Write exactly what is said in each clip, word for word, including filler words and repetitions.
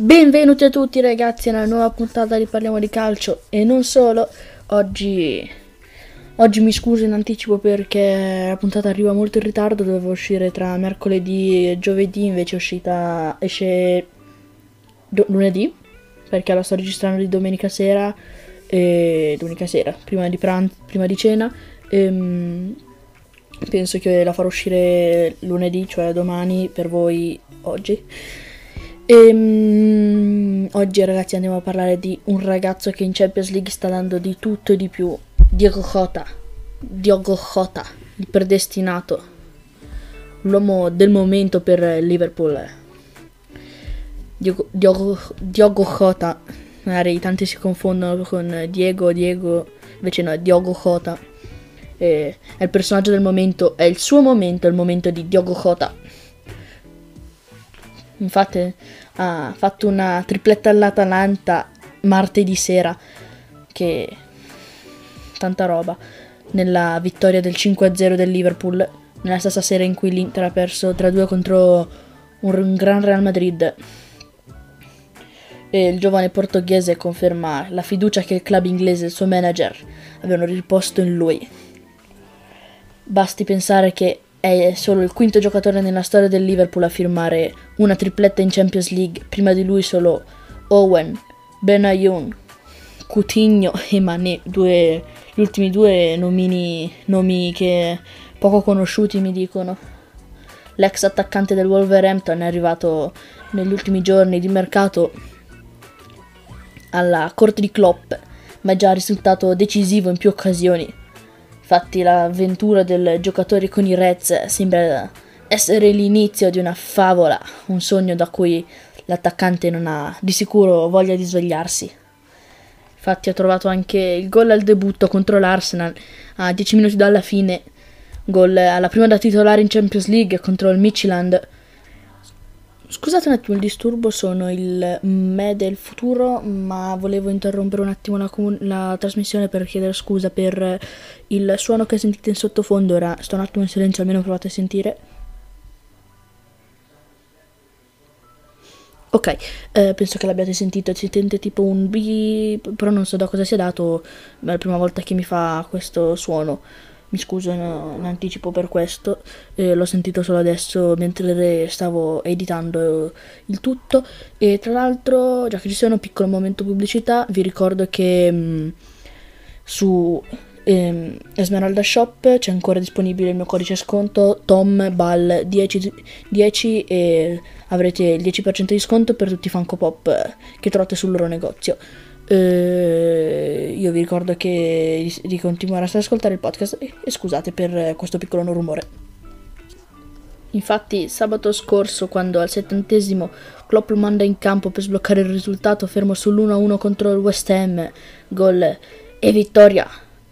Benvenuti a tutti ragazzi alla nuova puntata di Parliamo di Calcio e non solo. Oggi, oggi mi scuso in anticipo perché la puntata arriva molto in ritardo, doveva uscire tra mercoledì e giovedì, invece è uscita, esce do- lunedì perché la sto registrando di domenica sera, e domenica sera, prima di pranzo, prima di cena. Ehm, penso che la farò uscire lunedì, cioè domani per voi oggi. Ehm, oggi ragazzi andiamo a parlare di un ragazzo che in Champions League sta dando di tutto e di più. Diego Jota. Diogo Jota, il predestinato, l'uomo del momento per il Liverpool. Diogo, Diogo, Diogo Jota, magari tanti si confondono con Diego, Diego, invece no, è Diogo Jota. Eh, è il personaggio del momento, è il suo momento, è il momento di Diogo Jota. Infatti ha fatto una tripletta all'Atalanta martedì sera, che tanta roba, nella vittoria del cinque a zero del Liverpool, nella stessa sera in cui l'Inter ha perso tre a due contro un, un gran Real Madrid. E il giovane portoghese conferma la fiducia che il club inglese e il suo manager avevano riposto in lui. Basti pensare che è solo il quinto giocatore nella storia del Liverpool a firmare una tripletta in Champions League, prima di lui solo Owen, Benayoun, Coutinho e Mané, due, gli ultimi due nomini, nomi che poco conosciuti mi dicono. L'ex attaccante del Wolverhampton è arrivato negli ultimi giorni di mercato alla corte di Klopp, ma è già risultato decisivo in più occasioni. Infatti l'avventura del giocatore con i Reds sembra essere l'inizio di una favola, un sogno da cui l'attaccante non ha di sicuro voglia di svegliarsi. Infatti ha trovato anche il gol al debutto contro l'Arsenal a dieci minuti dalla fine, gol alla prima da titolare in Champions League contro il Midtjylland. Scusate un attimo il disturbo, sono il me del futuro, ma volevo interrompere un attimo la, comun- la trasmissione per chiedere scusa per il suono che sentite in sottofondo. Ora sto un attimo in silenzio, almeno provate a sentire. Ok, eh, penso che l'abbiate sentito, si sente tipo un beep, però non so da cosa sia dato, ma è la prima volta che mi fa questo suono. Mi scuso in, in anticipo per questo, eh, l'ho sentito solo adesso mentre stavo editando il tutto. E tra l'altro, già che ci sia un piccolo momento pubblicità, vi ricordo che mh, su ehm, Esmeralda Shop c'è ancora disponibile il mio codice sconto TOMBAL dieci, dieci e avrete il dieci per cento di sconto per tutti i Funko Pop che trovate sul loro negozio. Uh, io vi ricordo che di, di continuare ad ascoltare il podcast e, e scusate per questo piccolo rumore. Infatti sabato scorso, quando al settantesimo Klopp lo manda in campo per sbloccare il risultato, fermo sull'uno a uno contro il West Ham, gol e vittoria,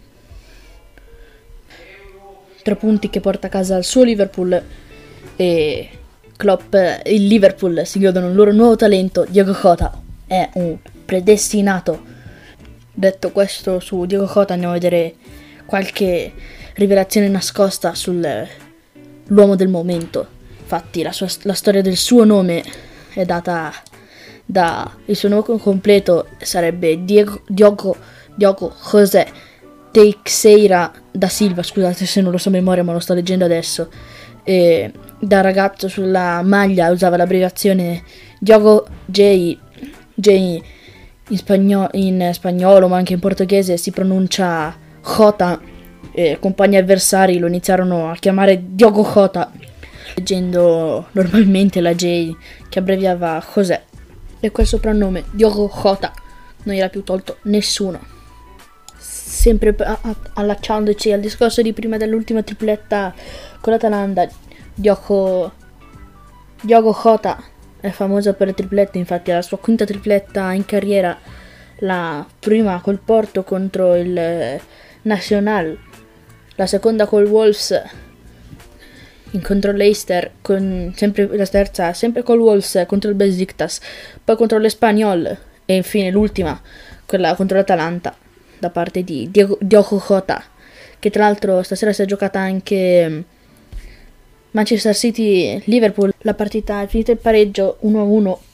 tre punti che porta a casa il suo Liverpool, e Klopp e il Liverpool si godono il loro nuovo talento. Diogo Jota è un predestinato. Detto questo su Diogo Jota, andiamo a vedere qualche rivelazione nascosta sull'uomo del momento. Infatti la, sua, la storia del suo nome è data da... il suo nome completo sarebbe Diego, Diogo, Diogo José Teixeira da Silva, scusate se non lo so a memoria ma lo sto leggendo adesso. E da ragazzo sulla maglia usava l'abbreviazione Diogo J. J in, spagno- in spagnolo ma anche in portoghese si pronuncia Jota, e compagni avversari lo iniziarono a chiamare Diogo Jota, leggendo normalmente la J che abbreviava José, e quel soprannome Diogo Jota non gliel'ha più tolto nessuno. Sempre a- a- allacciandoci al discorso di prima dell'ultima tripletta con l'Atalanta, Diogo Diogo Jota è famoso per le triplette, infatti la sua quinta tripletta in carriera, la prima col Porto contro il Nacional, la seconda col Wolves contro l'Eister, con sempre la terza sempre col Wolves contro il Besiktas, poi contro l'Espanyol e infine l'ultima, quella contro l'Atalanta, da parte di Diogo, Diogo Jota, che tra l'altro stasera si è giocata anche Manchester City Liverpool. La partita è finita il pareggio uno a uno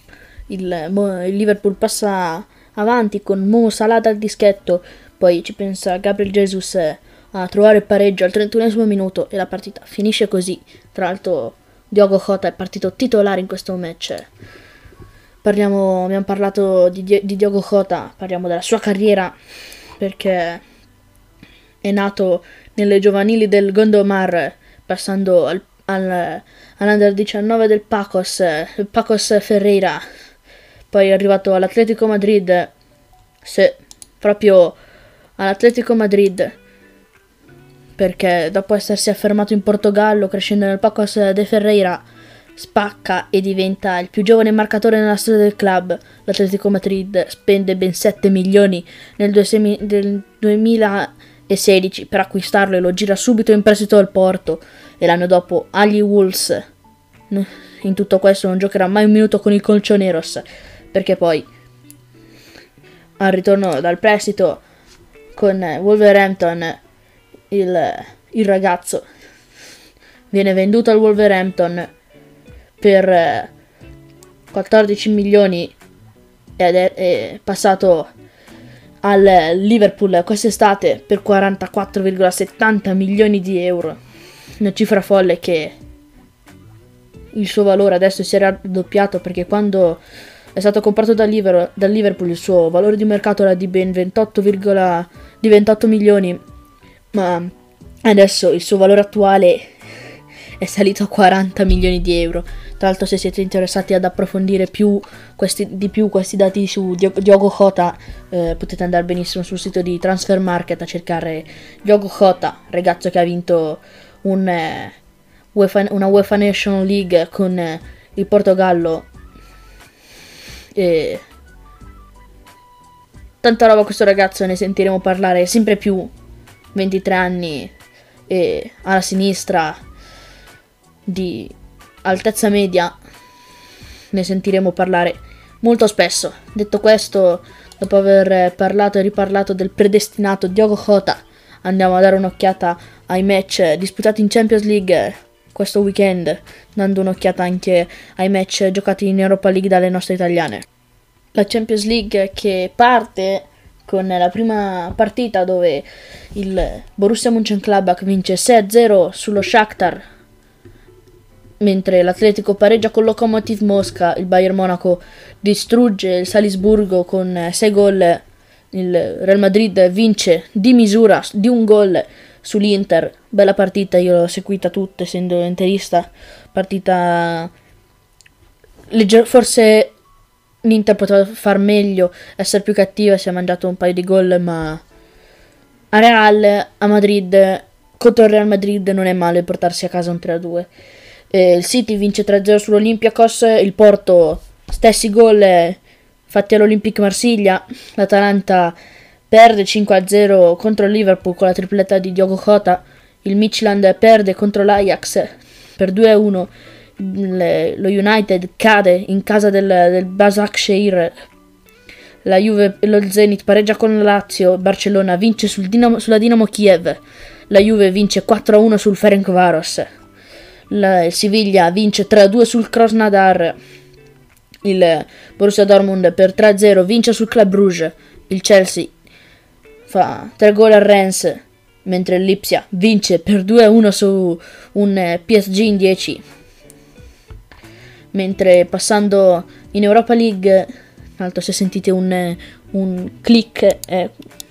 il, il Liverpool passa avanti con Mo Salah dal dischetto, poi ci pensa Gabriel Jesus a trovare il pareggio al trentunesimo minuto e la partita finisce così. Tra l'altro Diogo Jota è partito titolare in questo match. Parliamo, abbiamo parlato di, di Diogo Jota, parliamo della sua carriera, perché è nato nelle giovanili del Gondomar, passando al, al, all'Under diciannove del Pacos, il Pacos Ferreira, poi è arrivato all'Atletico Madrid, se, proprio all'Atletico Madrid, perché dopo essersi affermato in Portogallo, crescendo nel Pacos de Ferreira, spacca e diventa il più giovane marcatore nella storia del club. L'Atletico Madrid spende ben sette milioni nel duemilasedici per acquistarlo e lo gira subito in prestito al Porto, e l'anno dopo agli Wolves. In tutto questo non giocherà mai un minuto con il Colchoneros, perché poi al ritorno dal prestito con Wolverhampton il, il ragazzo viene venduto al Wolverhampton per quattordici milioni ed è, è passato al Liverpool quest'estate per quarantaquattro virgola settanta milioni di euro, una cifra folle che il suo valore adesso si è raddoppiato, perché quando è stato comprato dal Liverpool, dal Liverpool il suo valore di mercato era di ben ventotto, di ventotto milioni, ma adesso il suo valore attuale è salito a quaranta milioni di euro. Tra l'altro, se siete interessati ad approfondire più questi, di più questi dati su Diogo Jota, eh, potete andare benissimo sul sito di Transfer Market a cercare Diogo Jota, ragazzo che ha vinto un, eh, UEFA, una UEFA National League con eh, il Portogallo. E tanta roba questo ragazzo, ne sentiremo parlare sempre più. ventitré anni e alla sinistra, di altezza media, ne sentiremo parlare molto spesso. Detto questo, dopo aver parlato e riparlato del predestinato Diogo Jota, andiamo a dare un'occhiata ai match disputati in Champions League questo weekend, dando un'occhiata anche ai match giocati in Europa League dalle nostre italiane. La Champions League che parte con la prima partita dove il Borussia Mönchengladbach vince sei a zero sullo Shakhtar, mentre l'Atletico pareggia con Lokomotiv Mosca. Il Bayern Monaco distrugge il Salisburgo con sei gol. Il Real Madrid vince di misura di un gol sull'Inter. Bella partita, io l'ho seguita tutta essendo interista. Partita legger- forse l'Inter poteva far meglio, essere più cattiva, si è mangiato un paio di gol, ma a Real, a Madrid, contro il Real Madrid non è male portarsi a casa un tre a due. Eh, il City vince tre a zero sull'Olympiacos, il Porto stessi gol eh, fatti all'Olympique Marsiglia, l'Atalanta perde cinque a zero contro il Liverpool con la tripletta di Diogo Jota, il Midtjylland perde contro l'Ajax per due a uno, lo United cade in casa del, del Başakşehir, la Juve e lo Zenit pareggia con la Lazio, Barcellona vince sul Dinamo, sulla Dinamo Kiev, la Juve vince quattro a uno sul Ferencváros, la Siviglia vince tre a due sul Krasnodar, il Borussia Dortmund per tre a zero vince sul Club Brugge, il Chelsea fa tre gol a Rennes, mentre il Lipsia vince per due a uno su un P S G in dieci. Mentre passando in Europa League, tra l'altro se sentite un, un click è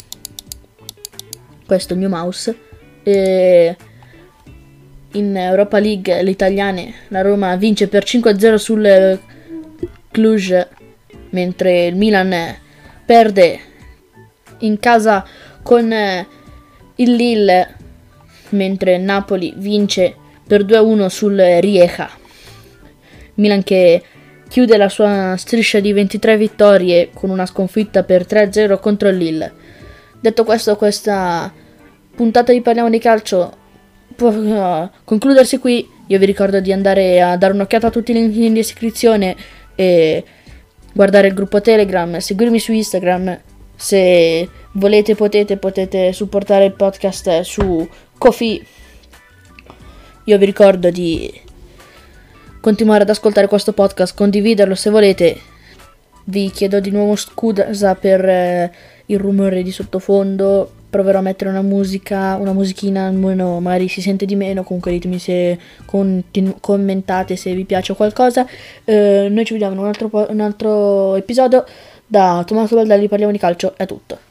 questo il mio mouse, e in Europa League le italiane, la Roma vince per cinque a zero sul Cluj, mentre il Milan perde in casa con il Lille, mentre Napoli vince per due a uno sul Rijeka. Milan che chiude la sua striscia di ventitré vittorie con una sconfitta per tre a zero contro il Lille. Detto questo, questa puntata di Parliamo di Calcio può uh, concludersi qui. Io vi ricordo di andare a dare un'occhiata a tutti i link in descrizione e guardare il gruppo Telegram, seguirmi su Instagram. Se volete potete, potete supportare il podcast su Ko-fi. Io vi ricordo di continuare ad ascoltare questo podcast, condividerlo se volete, Vi chiedo di nuovo scusa per eh, il rumore di sottofondo. Proverò a mettere una musica, una musichina, almeno magari si sente di meno. Comunque ditemi se continu- commentate se vi piace qualcosa. Eh, noi ci vediamo in un altro, po- un altro episodio. Da Tommaso Baldelli parliamo di calcio, è tutto.